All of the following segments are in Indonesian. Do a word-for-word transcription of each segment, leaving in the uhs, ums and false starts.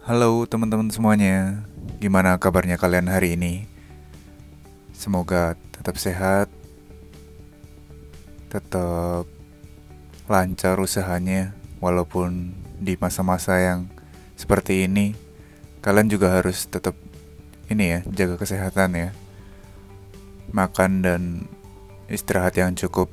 Halo teman-teman semuanya, gimana kabarnya kalian hari ini? Semoga tetap sehat, tetap lancar usahanya, walaupun di masa-masa yang seperti ini, kalian juga harus tetap ini ya, jaga kesehatan ya, makan dan istirahat yang cukup.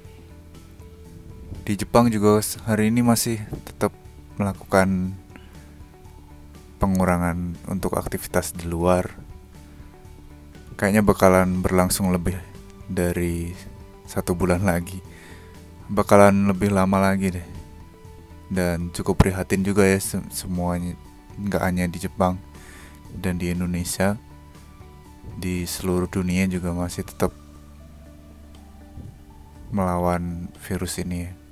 Di Jepang juga hari ini masih tetap melakukan pengurangan untuk aktivitas di luar. Kayaknya bakalan berlangsung lebih dari satu bulan lagi. Bakalan lebih lama lagi deh. Dan cukup prihatin juga ya semuanya. Nggak hanya di Jepang dan di Indonesia. Di seluruh dunia juga masih tetap melawan virus ini ya.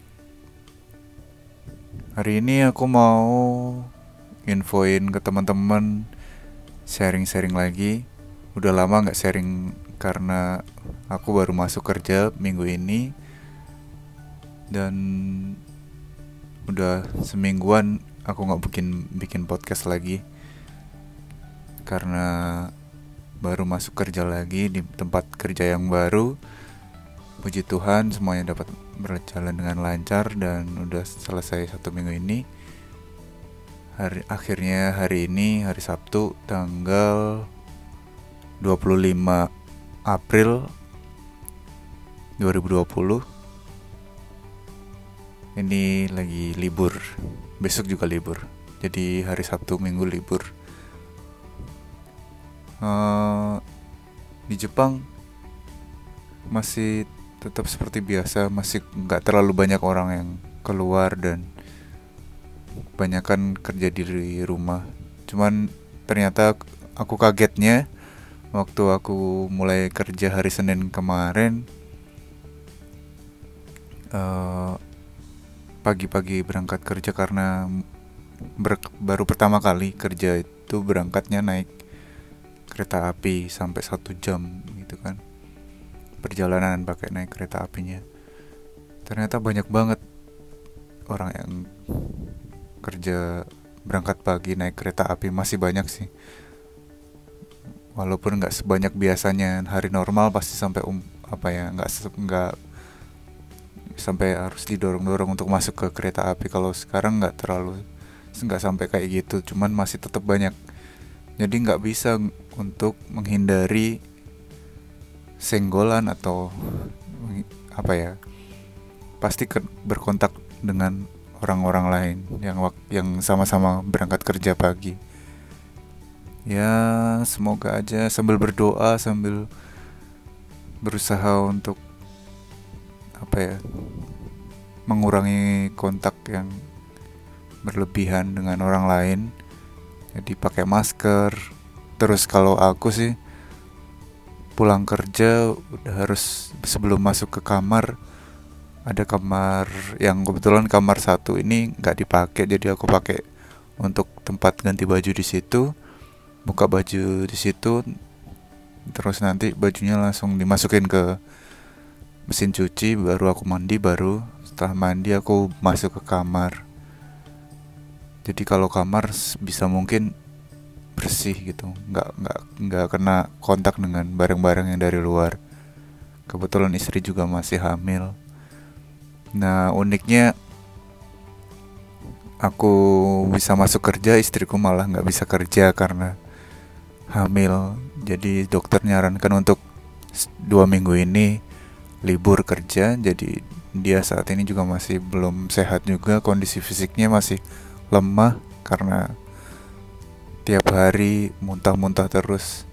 Hari ini aku mau infoin ke teman-teman, sharing-sharing lagi. Udah lama gak sharing karena aku baru masuk kerja minggu ini. Dan udah semingguan aku gak bikin, bikin podcast lagi karena baru masuk kerja lagi di tempat kerja yang baru. Puji Tuhan semuanya dapat berjalan dengan lancar dan udah selesai satu minggu ini. Hari, akhirnya hari ini hari Sabtu tanggal dua puluh lima April dua ribu dua puluh. Ini lagi libur. Besok juga libur. Jadi hari Sabtu Minggu libur. Uh, di Jepang masih tetap seperti biasa, masih nggak terlalu banyak orang yang keluar dan kebanyakan kerja di rumah. Cuman ternyata aku kagetnya waktu aku mulai kerja hari Senin kemarin, uh, pagi-pagi berangkat kerja karena ber- baru pertama kali kerja itu berangkatnya naik kereta api sampai satu jam gitu kan, perjalanan pakai naik kereta apinya. Ternyata banyak banget orang yang kerja berangkat pagi naik kereta api, masih banyak sih. Walaupun nggak sebanyak biasanya, hari normal pasti sampai um, apa ya nggak nggak sampai harus didorong-dorong untuk masuk ke kereta api. Kalau sekarang nggak terlalu, nggak sampai kayak gitu, cuman masih tetap banyak. Jadi nggak bisa untuk menghindari senggolan atau apa ya, pasti ke, berkontak dengan orang-orang lain yang yang sama-sama berangkat kerja pagi. Ya semoga aja sambil berdoa, sambil berusaha untuk apa ya, mengurangi kontak yang berlebihan dengan orang lain. Jadi pakai masker. Terus kalau aku sih pulang kerja udah harus sebelum masuk ke kamar, ada kamar yang kebetulan kamar satu ini nggak dipakai, jadi aku pakai untuk tempat ganti baju di situ. Buka baju di situ, terus nanti bajunya langsung dimasukin ke mesin cuci, baru aku mandi, baru setelah mandi aku masuk ke kamar. Jadi kalau kamar bisa mungkin bersih gitu, nggak nggak nggak kena kontak dengan barang-barang yang dari luar. Kebetulan istri juga masih hamil. Nah uniknya aku bisa masuk kerja, istriku malah nggak bisa kerja karena hamil. Jadi dokter nyarankan untuk dua minggu ini libur kerja. Jadi dia saat ini juga masih belum sehat juga, kondisi fisiknya masih lemah karena tiap hari muntah-muntah terus,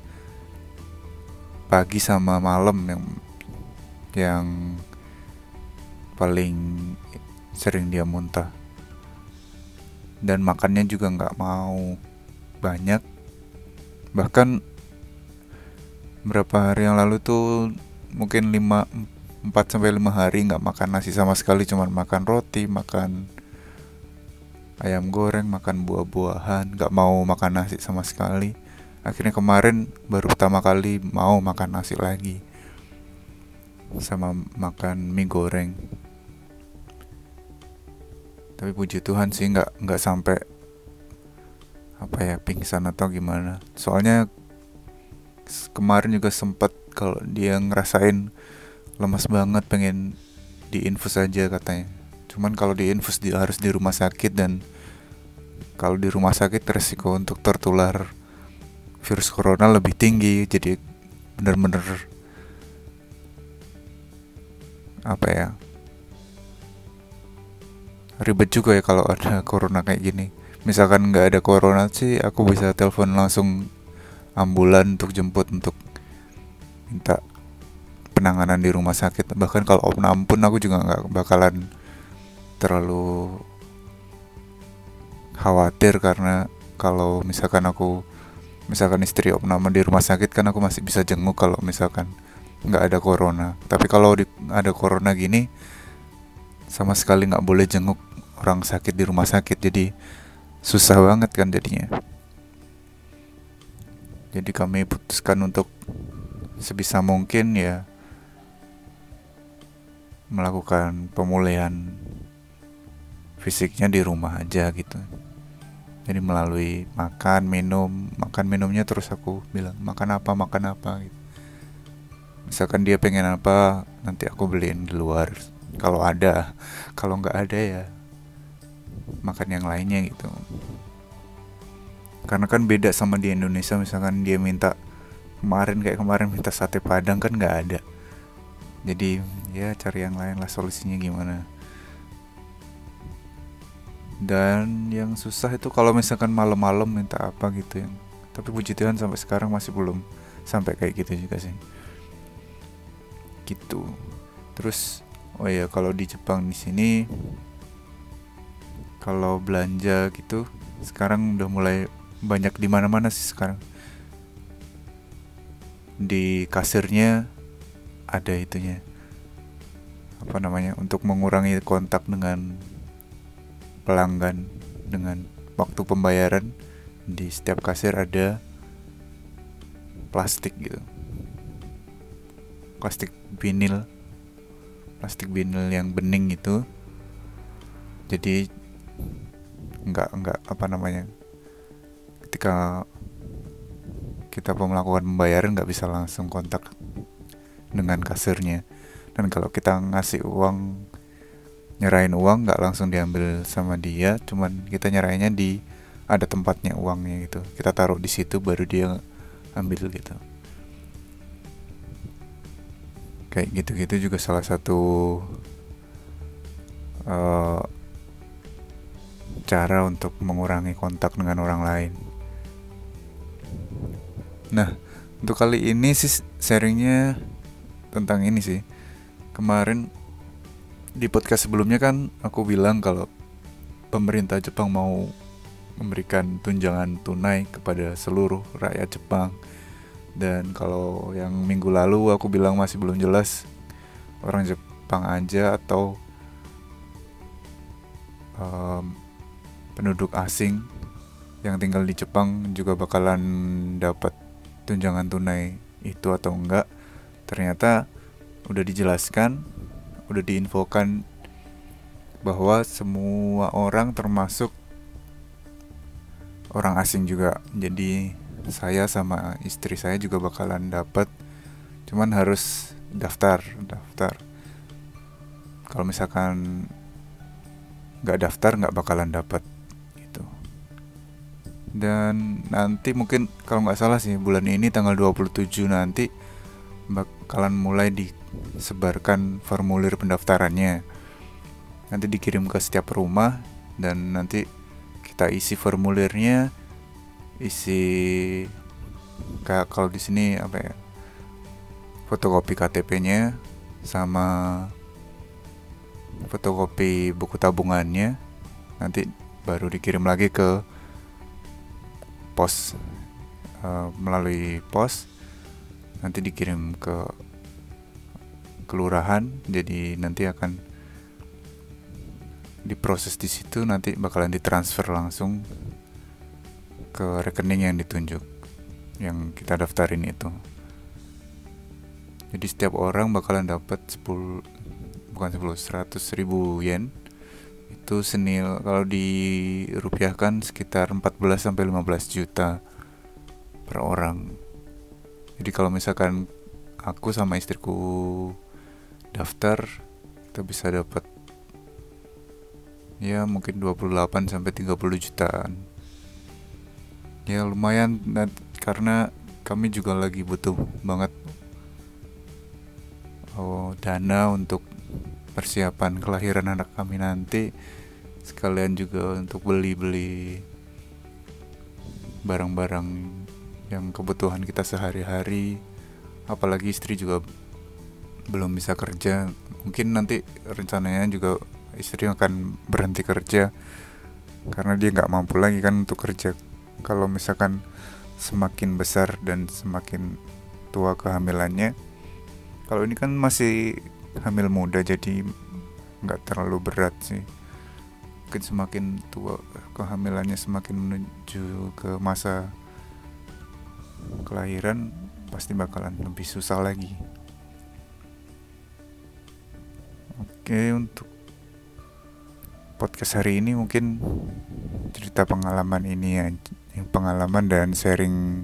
pagi sama malam yang yang paling sering dia muntah. Dan makannya juga nggak mau banyak. Bahkan berapa hari yang lalu tuh mungkin lima empat sampai lima hari nggak makan nasi sama sekali, cuma makan roti, makan ayam goreng, makan buah-buahan, nggak mau makan nasi sama sekali. Akhirnya kemarin baru pertama kali mau makan nasi lagi sama makan mie goreng. Tapi puji Tuhan sih nggak nggak sampai apa ya, pingsan atau gimana. Soalnya kemarin juga sempat kalau dia ngerasain lemas banget, pengen diinfus aja katanya. Cuman kalau diinfus dia harus di rumah sakit, dan kalau di rumah sakit resiko untuk tertular virus corona lebih tinggi. Jadi bener-bener apa ya, ribet juga ya kalau ada corona kayak gini. Misalkan nggak ada corona sih, aku bisa telepon langsung ambulan untuk jemput, untuk minta penanganan di rumah sakit. Bahkan kalau opnam pun aku juga nggak bakalan terlalu khawatir, karena kalau misalkan aku misalkan istri opname di rumah sakit kan aku masih bisa jenguk kalau misalkan nggak ada corona. Tapi kalau di, ada corona gini, sama sekali nggak boleh jenguk orang sakit di rumah sakit, jadi susah banget kan jadinya. Jadi kami putuskan untuk sebisa mungkin ya melakukan pemulihan fisiknya di rumah aja gitu. Jadi melalui makan, minum, makan minumnya terus aku bilang makan apa, makan apa gitu. Misalkan dia pengen apa, nanti aku beliin di luar kalau ada. Kalau nggak ada ya makan yang lainnya gitu. Karena kan beda sama di Indonesia, misalkan dia minta kemarin kayak kemarin minta sate padang kan nggak ada. Jadi ya cari yang lain lah, solusinya gimana. Dan yang susah itu kalau misalkan malam-malam minta apa gitu yang. Tapi puji Tuhan sampai sekarang masih belum sampai kayak gitu juga sih. Gitu. Terus oh ya, kalau di Jepang di sini kalau belanja gitu sekarang udah mulai banyak di mana-mana sih sekarang. Di kasirnya ada itunya. Apa namanya? Untuk mengurangi kontak dengan pelanggan, dengan waktu pembayaran, di setiap kasir ada plastik gitu. Plastik vinil. Plastik vinil yang bening itu. Jadi enggak enggak apa namanya? Ketika kita melakukan pembayaran nggak bisa langsung kontak dengan kasirnya. Dan kalau kita ngasih uang, nyerahin uang nggak langsung diambil sama dia, cuman kita nyerahinnya di ada tempatnya uangnya gitu. Kita taruh di situ baru dia ambil gitu. Kayak gitu-gitu juga salah satu uh, cara untuk mengurangi kontak dengan orang lain. Nah, untuk kali ini sih sharingnya tentang ini sih. Kemarin di podcast sebelumnya kan aku bilang kalau pemerintah Jepang mau memberikan tunjangan tunai kepada seluruh rakyat Jepang. Dan kalau yang minggu lalu aku bilang masih belum jelas orang Jepang aja atau um, penduduk asing yang tinggal di Jepang juga bakalan dapat tunjangan tunai itu atau enggak. Ternyata udah dijelaskan, udah diinfokan bahwa semua orang termasuk orang asing juga. Jadi saya sama istri saya juga bakalan dapat, cuman harus daftar daftar kalau misalkan nggak daftar nggak bakalan dapat gitu. Dan nanti mungkin kalau nggak salah sih bulan ini tanggal dua puluh tujuh nanti bakalan mulai disebarkan formulir pendaftarannya. Nanti dikirim ke setiap rumah dan nanti kita isi formulirnya, isi kayak kalau di sini apa ya, fotokopi K T P-nya sama fotokopi buku tabungannya, nanti baru dikirim lagi ke pos, uh, melalui pos, nanti dikirim ke kelurahan. Jadi nanti akan diproses di situ, nanti bakalan ditransfer langsung ke rekening yang ditunjuk, yang kita daftarin itu. Jadi setiap orang bakalan dapat sepuluh bukan sepuluh seratus ribu yen itu senil, kalau dirupiahkan sekitar empat belas sampai lima belas juta per orang. Jadi kalau misalkan aku sama istriku daftar, kita bisa dapat ya mungkin dua puluh delapan sampai tiga puluh jutaan. Ya lumayan, karena kami juga lagi butuh banget oh, dana untuk persiapan kelahiran anak kami nanti, sekalian juga untuk beli-beli barang-barang yang kebutuhan kita sehari-hari. Apalagi istri juga belum bisa kerja, mungkin nanti rencananya juga istri akan berhenti kerja karena dia nggak mampu lagi kan untuk kerja. Kalau misalkan semakin besar dan semakin tua kehamilannya, kalau ini kan masih hamil muda jadi nggak terlalu berat sih. Mungkin semakin tua kehamilannya, semakin menuju ke masa kelahiran, pasti bakalan lebih susah lagi. Oke, untuk podcast hari ini mungkin cerita pengalaman ini ya, pengalaman dan sharing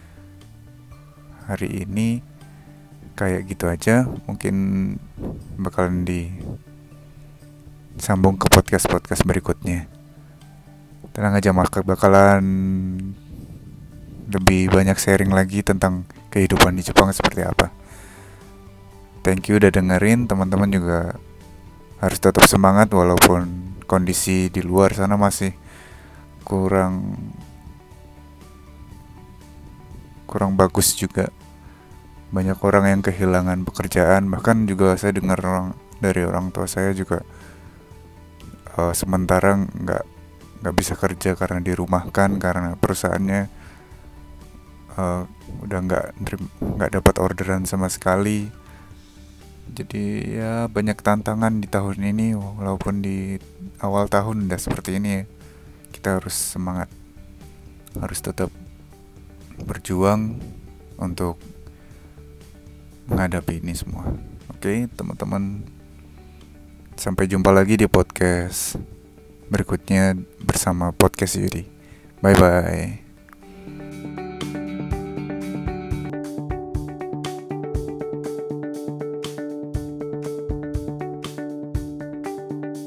hari ini kayak gitu aja. Mungkin bakalan disambung ke podcast-podcast berikutnya. Tenang aja, Mas, bakalan lebih banyak sharing lagi tentang kehidupan di Jepang seperti apa. Thank you udah dengerin. Teman-teman juga harus tetap semangat walaupun kondisi di luar sana masih kurang kurang bagus juga. Banyak orang yang kehilangan pekerjaan, bahkan juga saya dengar orang, dari orang tua saya juga uh, sementara nggak nggak bisa kerja karena dirumahkan karena perusahaannya uh, udah nggak nggak dapat orderan sama sekali. Jadi ya banyak tantangan di tahun ini, walaupun di awal tahun udah seperti ini ya. Kita harus semangat, harus tetap berjuang untuk menghadapi ini semua. Oke, teman-teman, sampai jumpa lagi di podcast berikutnya bersama Podcast Yudi. Bye bye.